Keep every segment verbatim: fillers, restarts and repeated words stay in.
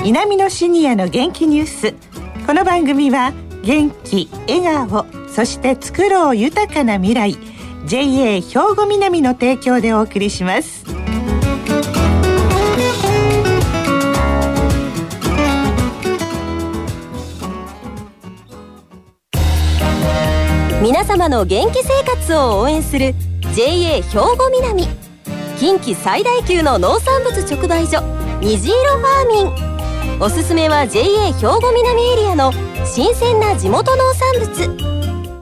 南のシニアの元気ニュース。この番組は元気、笑顔、そして作ろう豊かな未来 ジェイエー 兵庫南の提供でお送りします。 皆様の元気生活を応援する ジェイエー 兵庫南、近畿最大級の農産物直売所にじいろファーミン。おすすめは ジェイエー 兵庫南エリアの新鮮な地元農産物。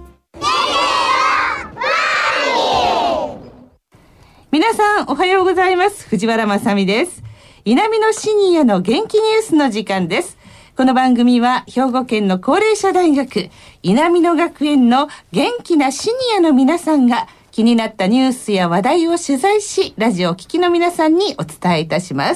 皆さんおはようございます。藤原まさみです。南のシニアの元気ニュースの時間です。この番組は兵庫県の高齢者大学南野学園の元気なシニアの皆さんが気になったニュースや話題を取材し、ラジオを聴きの皆さんにお伝えいたします。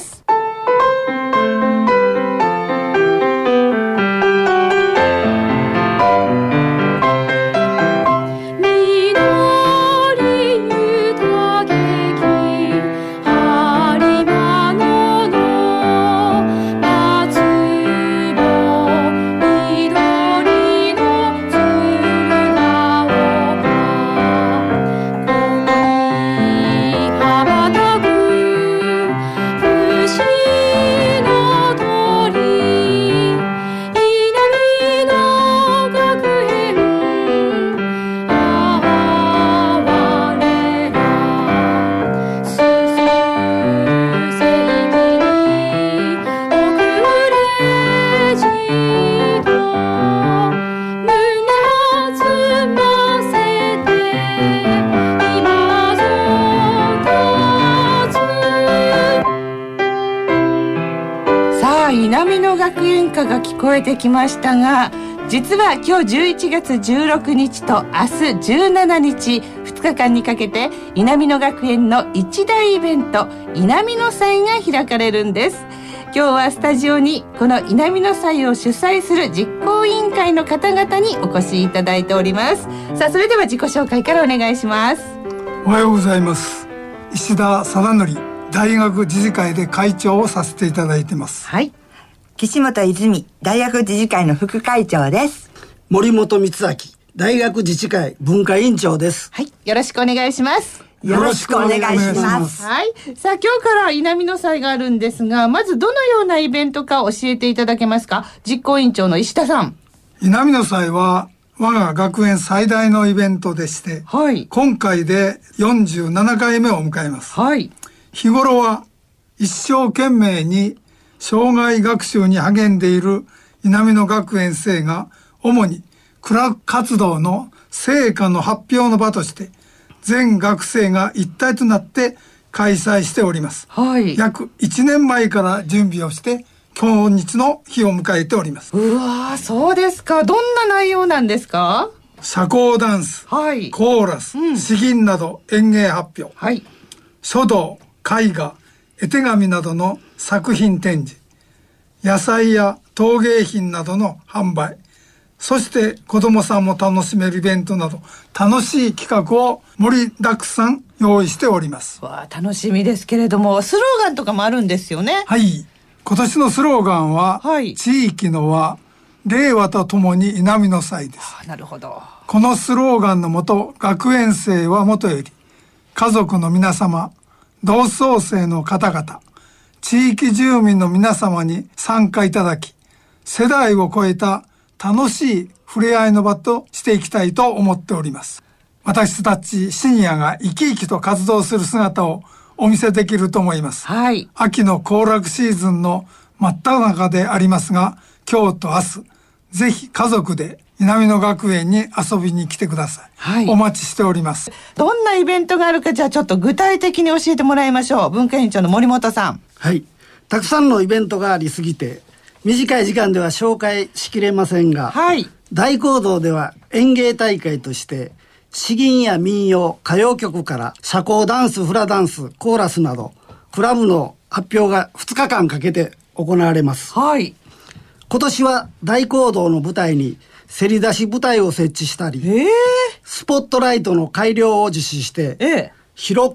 南野学園歌が聞こえてきましたが、実は今日じゅういちがつじゅうろくにちと明日じゅうしちにちふつかかんにかけて南野学園の一大イベント南野祭が開かれるんです。今日はスタジオにこの南野祭を主催する実行委員会の方々にお越しいただいております。さあ、それでは自己紹介からお願いします。 おはようございます。石田貞則、大学自治会で会長をさせていただいてます。 はい。 岸本泉、大学自治会の副会長です。 森本光明、大学自治会文化委員長です。 はい、よろしくお願いします。 よろしくお願いします。 はい。さあ、今日から南野祭があるんですが、まずどのようなイベントか教えていただけますか。実行委員長の石田さん。 南野祭は我が学園最大のイベントでして、はい、今回でよんじゅうななかいめを迎えます。はい。日頃は一生懸命に障害学習に励んでいる南野学園生が主にクラブ活動の成果の発表の場として全学生が一体となって開催しております。はい、約いちねんまえから準備をして今日の日を迎えております。 うわー、そうですか。どんな内容なんですか。 社交ダンス、はい、コーラス、うん、詩吟など演芸発表、はい、書道、絵画、絵手紙などの作品展示、野菜や陶芸品などの販売、そして子どもさんも楽しめるイベントなど楽しい企画を盛りだくさん用意しております。 わあ、楽しみですけれども、スローガンとかもあるんですよね。 はい、今年のスローガンは、はい、地域の輪、令和とともに南野祭です。 あ、なるほど。 このスローガンのもと、学園生はもとより家族の皆様、同窓生の方々、地域住民の皆様に参加いただき、世代を超えた楽しい触れ合いの場としていきたいと思っております。私たちシニアが生き生きと活動する姿をお見せできると思います。はい、秋の行楽シーズンの真っ只中でありますが、今日と明日、ぜひ家族で南野学園に遊びに来てください。はい、お待ちしております。 どんなイベントがあるか、じゃあちょっと具体的に教えてもらいましょう。文化委員長の森本さん。 はい。たくさんのイベントがありすぎて、短い時間では紹介しきれませんが、はい、大講堂では演芸大会として、詩吟や民謡、歌謡曲から社交ダンス、フラダンス、コーラスなど、クラブの発表がふつかかんかけて行われます。はい。今年は大講堂の舞台にせり出し舞台を設置したり、えー、スポットライトの改良を実施して、えー、広く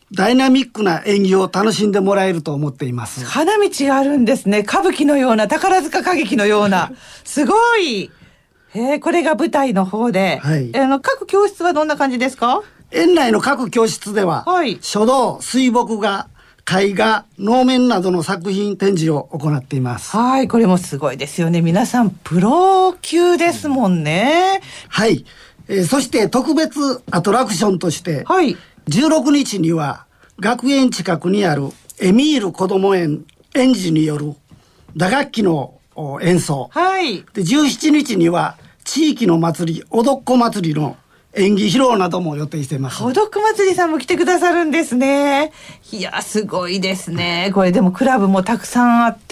ダイナミックな演技を楽しんでもらえると思っています。 花道があるんですね。歌舞伎のような、宝塚歌劇のような。すごい。へえ、これが舞台の方で。はい。あの、各教室はどんな感じですか？ 園内の各教室では、はい、書道、水墨画、絵画、能面などの作品展示を行っています。 はい、これもすごいですよね。皆さんプロ級ですもんね。 はい、えー、そして特別アトラクションとして、はい、じゅうろくにちには学園近くにあるエミールこども園園児による打楽器の演奏、はい、でじゅうしちにちには地域の祭りおどっこ祭りの演技披露なども予定しています。 おどっこ祭りさんも来てくださるんですね。いや、すごいですね。これでもクラブもたくさんあって。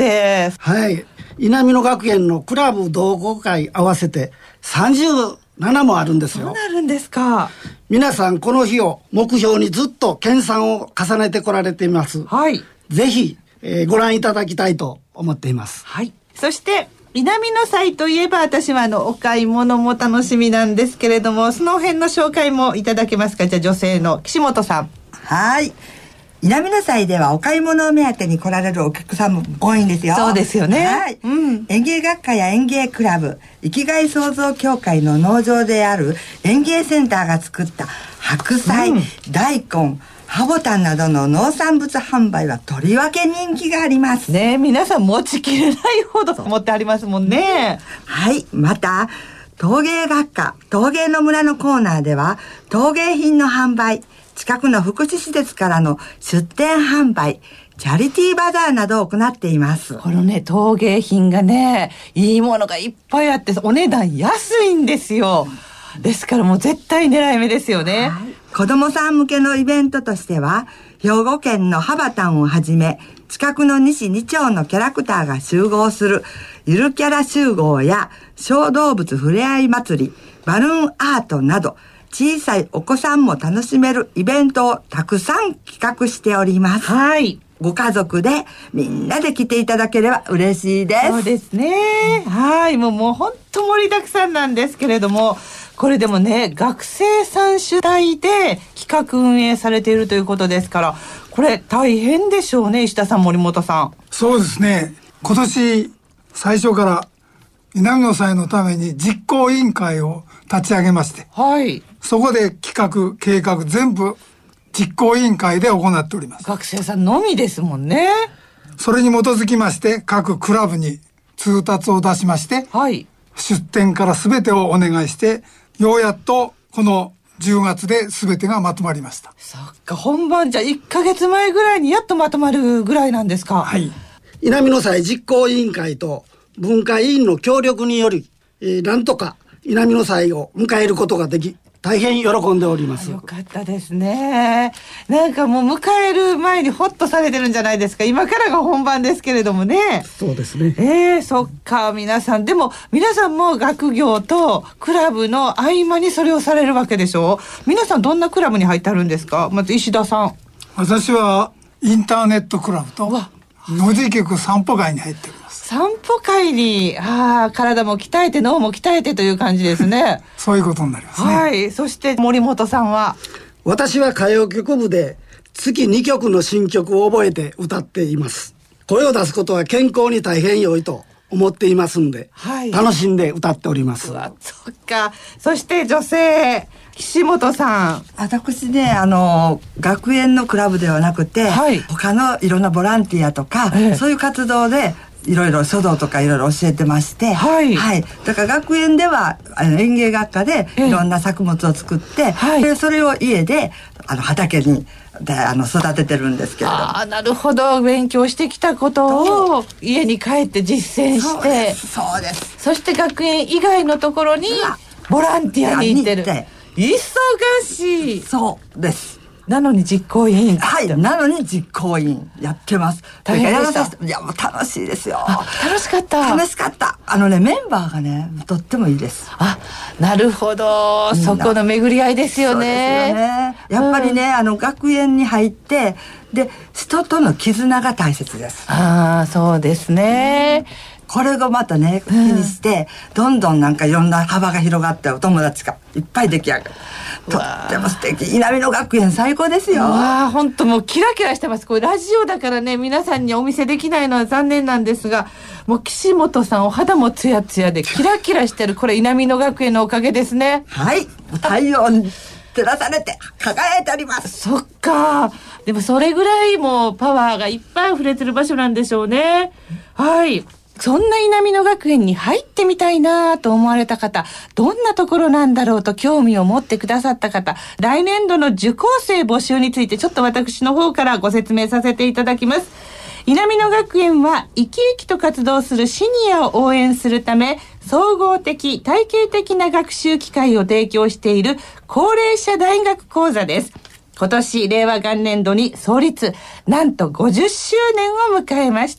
はい。稲美野学園のクラブ同好会合わせてさんじゅうななもあるんですよ。 そうなるんですか。 皆さんこの日を目標にずっと研鑽を重ねてこられています。はい。ぜひ、えー、ご覧いただきたいと思っています。 はい。そして、南の祭といえば私はあのお買い物も楽しみなんですけれども、その辺の紹介もいただけますか？じゃあ女性の岸本さん。 はい。南の祭ではお買い物を目当てに来られるお客さんも多いんですよ。 そうですよね。 はい。うん、園芸学科や園芸クラブ、生きがい創造協会の農場である園芸センターが作った白菜、うん、大根、ハボタンなどの農産物販売はとりわけ人気がありますね。え、皆さん持ちきれないほど持ってありますもんね。 はい。また陶芸学科陶芸の村のコーナーでは陶芸品の販売、近くの福祉施設からの出店販売、チャリティーバザーなどを行っています。 このね、陶芸品がね、いいものがいっぱいあってお値段安いんですよ。ですからもう絶対狙い目ですよね。はい、 子供さん向けのイベントとしては、兵庫県のハバタンをはじめ、近くの西に町のキャラクターが集合するゆるキャラ集合や小動物ふれあい祭り、バルーンアートなど、小さいお子さんも楽しめるイベントをたくさん企画しております。はい。ご家族でみんなで来ていただければ嬉しいです。 そうですね。はい。もう、もう本当盛りだくさんなんですけれども、これでもね、学生さん主体で企画運営されているということですから、これ大変でしょうね、石田さん、森本さん。 そうですね。今年最初から南の祭のために実行委員会を立ち上げまして、はい。そこで企画、計画全部実行委員会で行っております。 学生さんのみですもんね。 それに基づきまして各クラブに通達を出しまして、はい。出店から全てをお願いして、ようやっとこのじゅうがつで全てがまとまりました。 そっか、本番じゃいっかげつまえぐらいにやっとまとまるぐらいなんですか。 はい。稲美の祭実行委員会と文化委員の協力により、えー、なんとか稲美の祭を迎えることができ、大変喜んでおります。 よかったですね。なんかもう迎える前にホッとされてるんじゃないですか。今からが本番ですけれどもね。 そうですね。 えー、そっか、皆さん。でも皆さんも学業とクラブの合間にそれをされるわけでしょ。皆さんどんなクラブに入ってあるんですか。まず石田さん。 私はインターネットクラブと野次局散歩会に入っております。 散歩会に、ああ、体も鍛えて脳も鍛えてという感じですね。 そういうことになりますね。 はい。そして森本さんは。 私は歌謡曲部で月にきょくの新曲を覚えて歌っています。声を出すことは健康に大変良いと思っていますんで、はい、楽しんで歌っております。 うわ、そっか。そして女性岸本さん。 私ね、あの学園のクラブではなくて、はい、他のいろんなボランティアとか、ええ、そういう活動でいろいろ書道とかいろいろ教えてまして、はい、はい、だから学園ではあの園芸学科でいろんな作物を作って、はい、でそれを家であの畑にであの育ててるんですけれども。 ああ、なるほど。勉強してきたことを家に帰って実践して、 そうです。 そして学園以外のところにボランティアに行ってる。忙しい。 そうです。 なのに実行委員。 はい。なのに実行委員やってます。 大変でした。 いや、もう楽しいですよ。 楽しかった。 楽しかった。あのね、メンバーがね、とってもいいです。 あ、なるほど。そこの巡り合いですよね。 そうですよね。やっぱりね、うん、あの、学園に入って、で、人との絆が大切です。 ああ、そうですね。 これがまたね気にして、うん、どんどんなんかいろんな幅が広がってお友達がいっぱい出来上がる。とっても素敵。稲美野学園最高ですよ。 わあ、本当もうキラキラしてます。これラジオだからね、皆さんにお見せできないのは残念なんですが、もう岸本さんお肌もツヤツヤでキラキラしてる。これ稲美野学園のおかげですね。 はい、太陽に照らされて輝いております。 そっか。でもそれぐらいもうパワーがいっぱい溢れてる場所なんでしょうね。はい。そんな稲美野学園に入ってみたいなと思われた方、どんなところなんだろうと興味を持ってくださった方、来年度の受講生募集についてちょっと私の方からご説明させていただきます。稲美野学園は生き生きと活動するシニアを応援するため、総合的体系的な学習機会を提供している高齢者大学講座です。今年令和元年度に創立、なんとごじゅっしゅうねんを迎えました。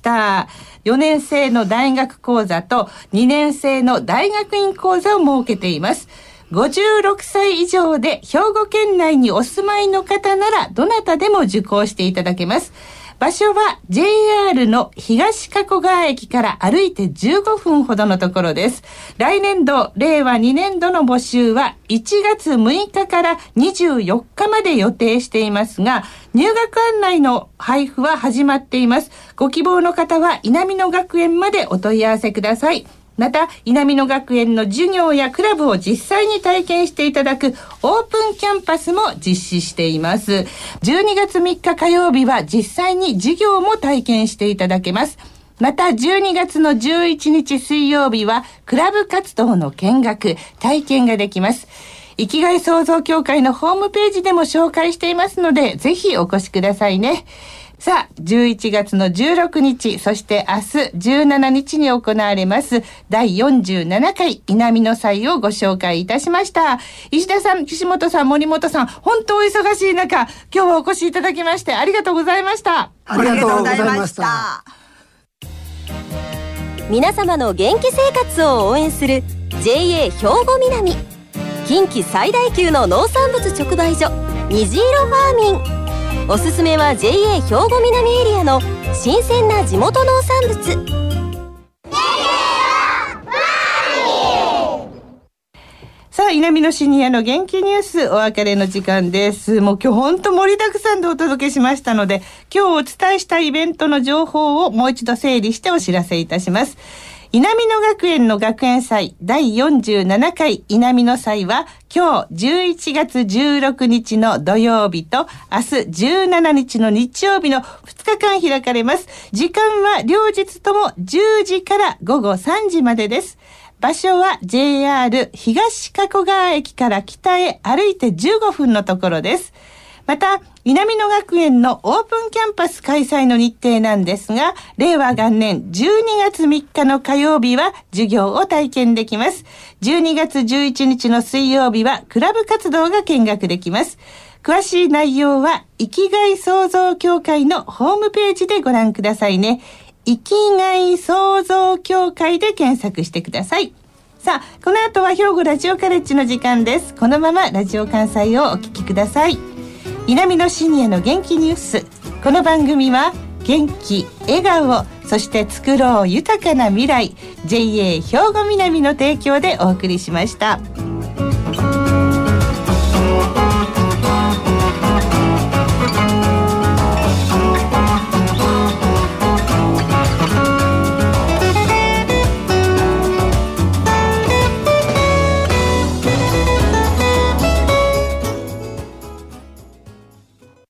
よねん生の大学講座とにねん生の大学院講座を設けています。ごじゅうろくさい以上で兵庫県内にお住まいの方ならどなたでも受講していただけます。場所は ジェイアール の東加古川駅から歩いてじゅうごふんほどのところです。来年度、れいわにねんどの募集はいちがつむいかからにじゅうよっかまで予定していますが、入学案内の配布は始まっています。ご希望の方は稲美野学園までお問い合わせください。また、稲美野学園の授業やクラブを実際に体験していただくオープンキャンパスも実施しています。じゅうにがつみっか火曜日は実際に授業も体験していただけます。また、じゅうにがつのじゅういちにち水曜日はクラブ活動の見学、体験ができます。生きがい創造協会のホームページでも紹介していますので、ぜひお越しくださいね。さあ、じゅういちがつのじゅうろくにち、そして明日じゅうしちにちに行われますだいよんじゅうななかい稲美野祭をご紹介いたしました。石田さん、岸本さん、森本さん、本当お忙しい中、今日はお越しいただきましてありがとうございました。 ありがとうございました。 皆様の元気生活を応援する ジェイエー 兵庫南、近畿最大級の農産物直売所虹色ファーミン。おすすめは ジェイエー 兵庫南エリアの新鮮な地元農産物。 さあ、稲美野シニアの元気ニュース、お別れの時間です。もう今日本当盛りだくさんでお届けしましたので、今日お伝えしたイベントの情報をもう一度整理してお知らせいたします。稲美野学園の学園祭だいよんじゅうななかい稲美野祭は今日じゅういちがつじゅうろくにちの土曜日と明日じゅうしちにちの日曜日のふつかかん開かれます。時間は両日ともじゅうじからごごさんじまでです。場所は ジェイアール 東加古川駅から北へ歩いてじゅうごふんのところです。また、稲美野学園のオープンキャンパス開催の日程なんですが、れいわ元年じゅうにがつみっかの火曜日は授業を体験できます。じゅうにがつじゅういちにちの水曜日はクラブ活動が見学できます。詳しい内容は生きがい創造協会のホームページでご覧くださいね。生きがい創造協会で検索してください。さあ、この後は兵庫ラジオカレッジの時間です。このままラジオ関西をお聞きください。稲美野シニアの元気ニュース。この番組は元気、笑顔、そして作ろう豊かな未来 ジェイエー 兵庫南の提供でお送りしました。